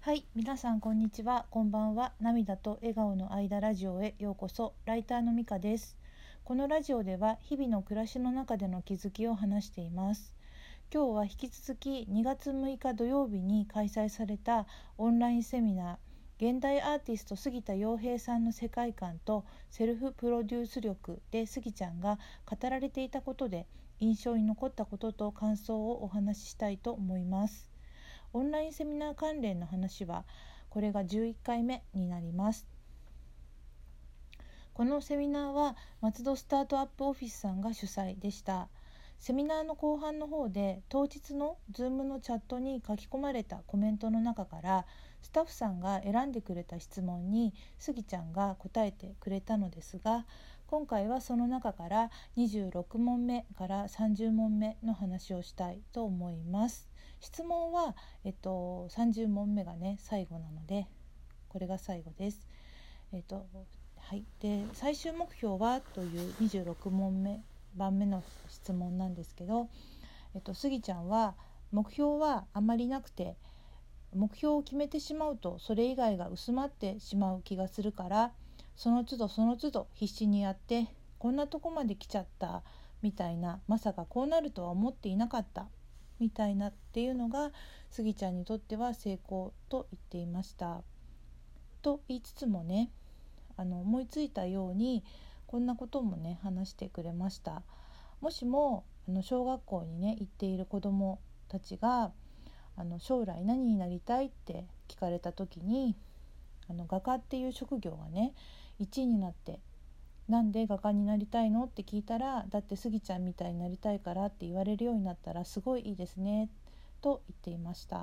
はい、皆さんこんにちは、こんばんは。涙と笑顔の間ラジオへようこそ。ライターのみかです。このラジオでは日々の暮らしの中での気づきを話しています。今日は引き続き2月6日土曜日に開催されたオンラインセミナー、現代アーティスト杉田洋平さんの世界観とセルフプロデュース力で杉ちゃんが語られていたことで印象に残ったことと感想をお話ししたいと思います。オンラインセミナー関連の話はこれが11回目になります。このセミナーは松戸スタートアップオフィスさんが主催でした。セミナーの後半の方で当日の Zoom のチャットに書き込まれたコメントの中からスタッフさんが選んでくれた質問にスギちゃんが答えてくれたのですが、今回はその中から26問目から30問目の話をしたいと思います。質問は、30問目がね最後なのでこれが最後です。はい、で最終目標はという26番目の質問なんですけど、スギちゃんは目標はあまりなくて、目標を決めてしまうとそれ以外が薄まってしまう気がするから、その都度その都度必死にやってこんなとこまで来ちゃったみたいな、まさかこうなるとは思っていなかったみたいなっていうのがスギちゃんにとっては成功と言っていました。と言いつつもね、思いついたようにこんなこともね話してくれました。もしも小学校にね行っている子どもたちが将来何になりたいって聞かれた時に、画家っていう職業がね1位になって、なんで画家になりたいのって聞いたら、だってスギちゃんみたいになりたいからって言われるようになったらすごいいいですねと言っていました。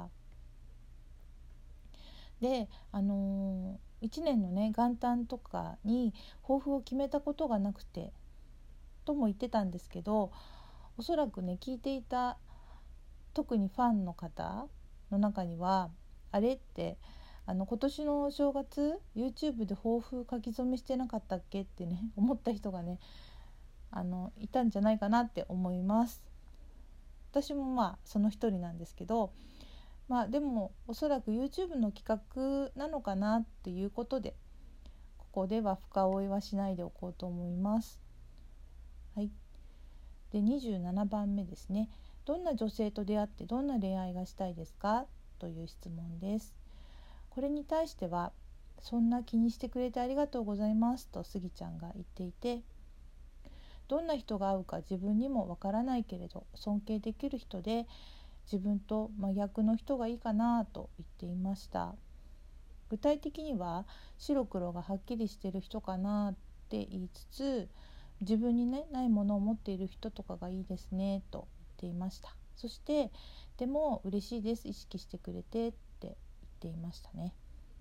で、1年のね元旦とかに抱負を決めたことがなくてとも言ってたんですけど、おそらくね聞いていた特にファンの方の中には、あれって今年のお正月 YouTube で抱負書き初めしてなかったっけってね思った人がねいたんじゃないかなって思います。私もその一人なんですけど、でもおそらく YouTube の企画なのかなっていうことで、ここでは深追いはしないでおこうと思います。はい。で27番目ですね。どんな女性と出会ってどんな恋愛がしたいですかという質問です。これに対しては、そんな気にしてくれてありがとうございますとスギちゃんが言っていて、どんな人が合うか自分にもわからないけれど尊敬できる人で自分と真逆の人がいいかなと言っていました。具体的には白黒がはっきりしている人かなって言いつつ、自分にねないものを持っている人とかがいいですねと言っていました。そしてでも嬉しいです、意識してくれてって言っていましたね。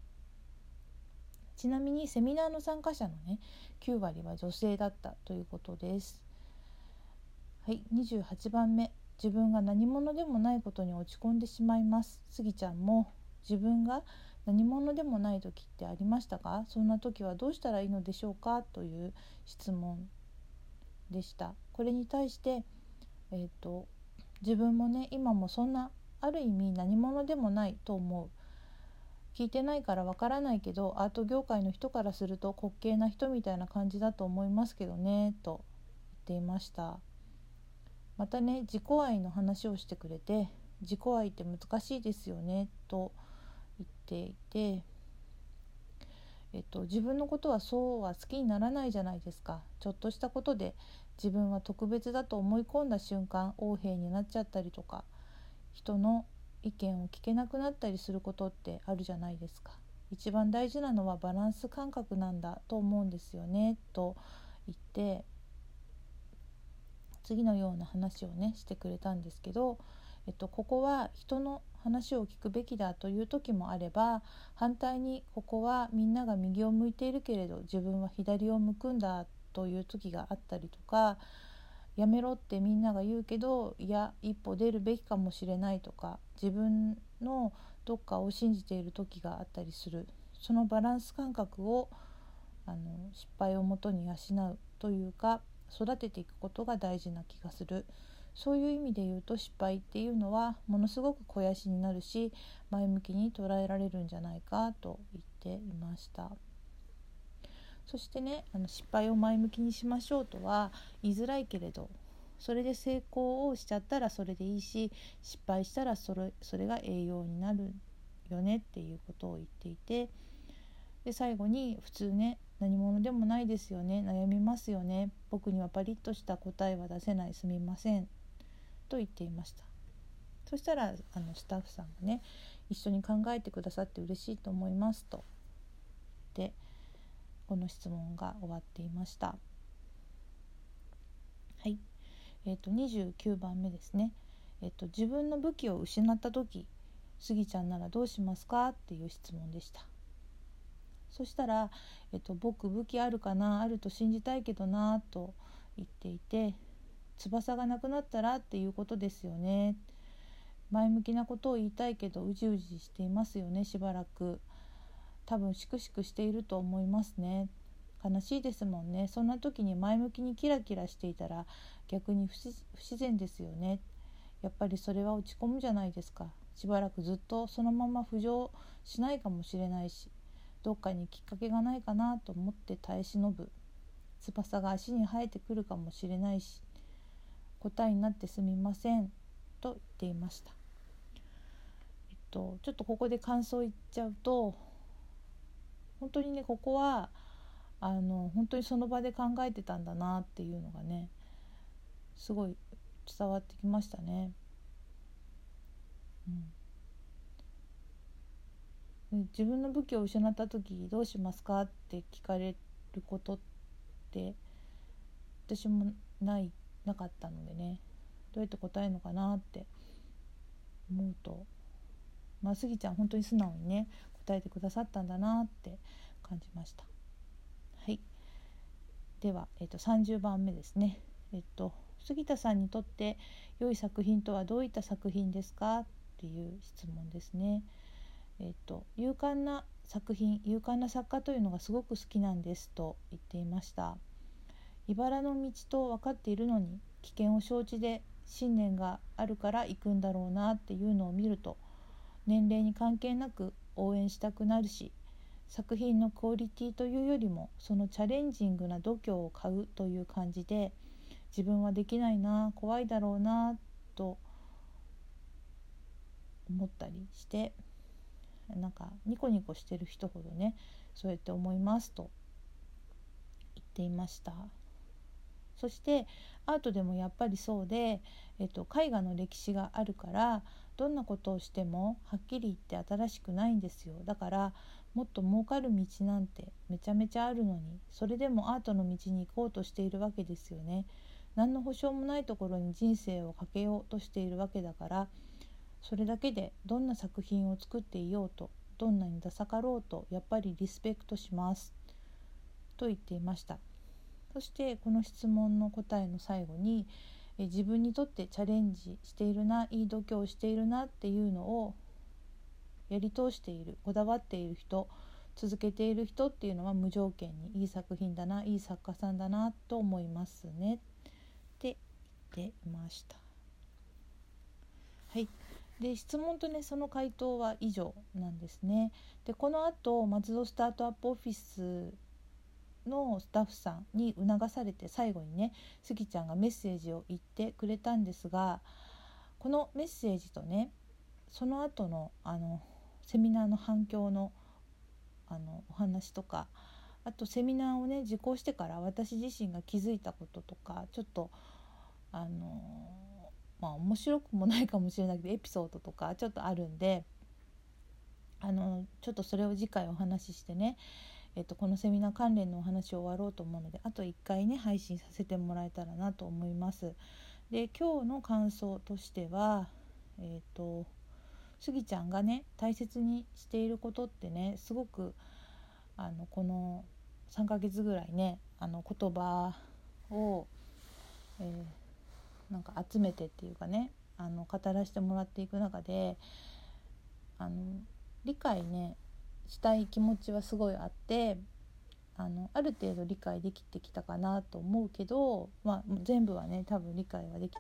ちなみにセミナーの参加者のね9割は女性だったということです。はい、28番目。自分が何者でもないことに落ち込んでしまいます。スギちゃんも自分が何者でもない時ってありましたか？そんな時はどうしたらいいのでしょうか？という質問でした。これに対して、自分もね今もそんなある意味何者でもないと思う。聞いてないからわからないけど、アート業界の人からすると滑稽な人みたいな感じだと思いますけどねと言っていました。またね自己愛の話をしてくれて、自己愛って難しいですよねと言っていて、自分のことはそうは好きにならないじゃないですか。ちょっとしたことで自分は特別だと思い込んだ瞬間横柄になっちゃったりとか、人の意見を聞けなくなったりすることってあるじゃないですか。一番大事なのはバランス感覚なんだと思うんですよねと言って、次のような話をねしてくれたんですけど、ここは人の話を聞くべきだという時もあれば、反対にここはみんなが右を向いているけれど自分は左を向くんだという時があったりとか、やめろってみんなが言うけど、いや一歩出るべきかもしれないとか、自分のどっかを信じている時があったりする。そのバランス感覚を失敗をもとに養うというか育てていくことが大事な気がする。 そういう意味で言うと失敗っていうのはものすごく肥やしになるし、前向きに捉えられるんじゃないかと言っていました。そしてね、失敗を前向きにしましょうとは言いづらいけれど、それで成功をしちゃったらそれでいいし、失敗したらそれが栄養になるよねっていうことを言っていて、で最後に普通ね、何者でもないですよね、悩みますよね、僕にはパリッとした答えは出せない、すみませんと言っていました。そしたらスタッフさんがね、一緒に考えてくださって嬉しいと思いますと言って、この質問が終わっていました。はい、29番目ですね。自分の武器を失った時、スギちゃんならどうしますかっていう質問でした。そしたら、僕武器あるかな、あると信じたいけどなと言っていて、翼がなくなったらっていうことですよね。前向きなことを言いたいけどうじうじしていますよね、しばらく。多分しくしくしていると思いますね。悲しいですもんね。そんな時に前向きにキラキラしていたら逆に不自然ですよね。やっぱりそれは落ち込むじゃないですか。しばらくずっとそのまま浮上しないかもしれないし、どっかにきっかけがないかなと思って耐え忍ぶ。翼が足に生えてくるかもしれないし、答えになってすみませんと言っていました。ちょっとここで感想言っちゃうと、本当にね、ここは本当にその場で考えてたんだなっていうのがね、すごい伝わってきましたね。自分の武器を失った時どうしますかって聞かれることって私もなかったのでね、どうやって答えるのかなって思うと、スギちゃん本当に素直にね答えてくださったんだなって感じました。はい、では、30番目ですね。杉田さんにとって良い作品とはどういった作品ですかっていう質問ですね。勇敢な作品、勇敢な作家というのがすごく好きなんですと言っていました。茨の道と分かっているのに危険を承知で信念があるから行くんだろうなっていうのを見ると、年齢に関係なく応援したくなるし、作品のクオリティというよりもそのチャレンジングな度胸を買うという感じで、自分はできないな、怖いだろうなと思ったりして、なんかニコニコしてる人ほどね、そうやって思いますと言っていました。そしてアートでもやっぱりそうで、絵画の歴史があるからどんなことをしてもはっきり言って新しくないんですよ。だからもっと儲かる道なんてめちゃめちゃあるのに、それでもアートの道に行こうとしているわけですよね。何の保証もないところに人生をかけようとしているわけだから、それだけでどんな作品を作っていようと、どんなにダサかろうとやっぱりリスペクトしますと言っていました。そしてこの質問の答えの最後に、自分にとってチャレンジしているな、いい度胸をしているなっていうのをやり通している、こだわっている人、続けている人っていうのは無条件にいい作品だな、いい作家さんだなと思いますねって言っていました。はい、で質問とねその回答は以上なんですね。でこの後松戸スタートアップオフィスのスタッフさんに促されて、最後にねスギちゃんがメッセージを言ってくれたんですが、このメッセージとねその後のセミナーの反響のお話とか、あとセミナーをね受講してから私自身が気づいたこととか、ちょっと面白くもないかもしれないけどエピソードとかちょっとあるんで、ちょっとそれを次回お話ししてね、このセミナー関連のお話を終わろうと思うので、あと1回ね配信させてもらえたらなと思います。で今日の感想としては、スギちゃんがね大切にしていることってね、すごくこの3ヶ月ぐらいね言葉を、なんか集めてっていうかね語らせてもらっていく中で理解ねしたい気持ちはすごいあって、ある程度理解できてきたかなと思うけど、全部はね多分理解はできてない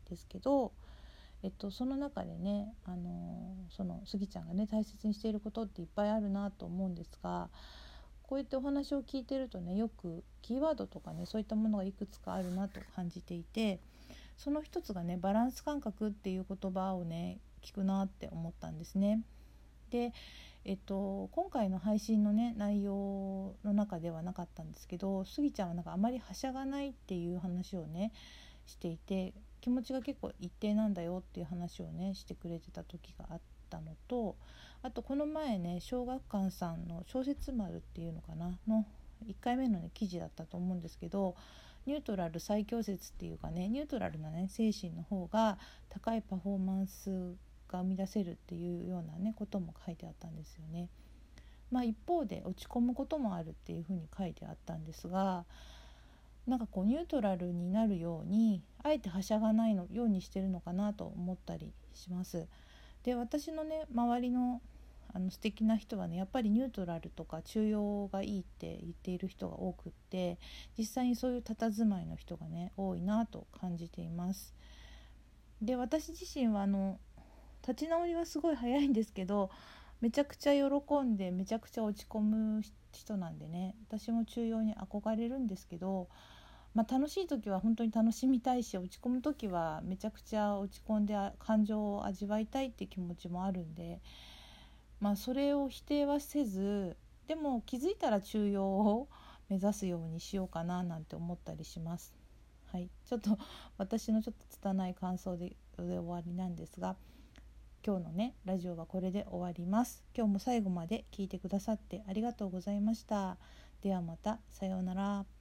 ですけど、その中でね、そのスギちゃんがね大切にしていることっていっぱいあるなと思うんですが、こうやってお話を聞いてるとね、よくキーワードとかねそういったものがいくつかあるなと感じていて、その一つがねバランス感覚っていう言葉をね聞くなって思ったんですね。で、今回の配信のね内容の中ではなかったんですけど、スギちゃんはなんかあまりはしゃがないっていう話をねしていて、気持ちが結構一定なんだよっていう話をねしてくれてた時があったのと、あとこの前ね小学館さんの小説丸っていうのかなの1回目のね記事だったと思うんですけど、ニュートラル最強説っていうかね、ニュートラルなね精神の方が高いパフォーマンスが生み出せるっていうようなねことも書いてあったんですよね。一方で落ち込むこともあるっていうふうに書いてあったんですが、なんかこうニュートラルになるようにあえてはしゃがないのようにしてるのかなと思ったりします。で、私のね周りの素敵な人はね、やっぱりニュートラルとか中庸がいいって言っている人が多くって、実際にそういう佇まいの人がね多いなと感じています。で、私自身は立ち直りはすごい早いんですけど、めちゃくちゃ喜んでめちゃくちゃ落ち込む人なんでね、私も中庸に憧れるんですけど、楽しい時は本当に楽しみたいし、落ち込む時はめちゃくちゃ落ち込んで感情を味わいたいって気持ちもあるんで、それを否定はせず、でも気づいたら中庸を目指すようにしようかななんて思ったりします。はい、ちょっと私のちょっと拙い感想で終わりなんですが、今日のねラジオはこれで終わります。今日も最後まで聞いてくださってありがとうございました。ではまた、さようなら。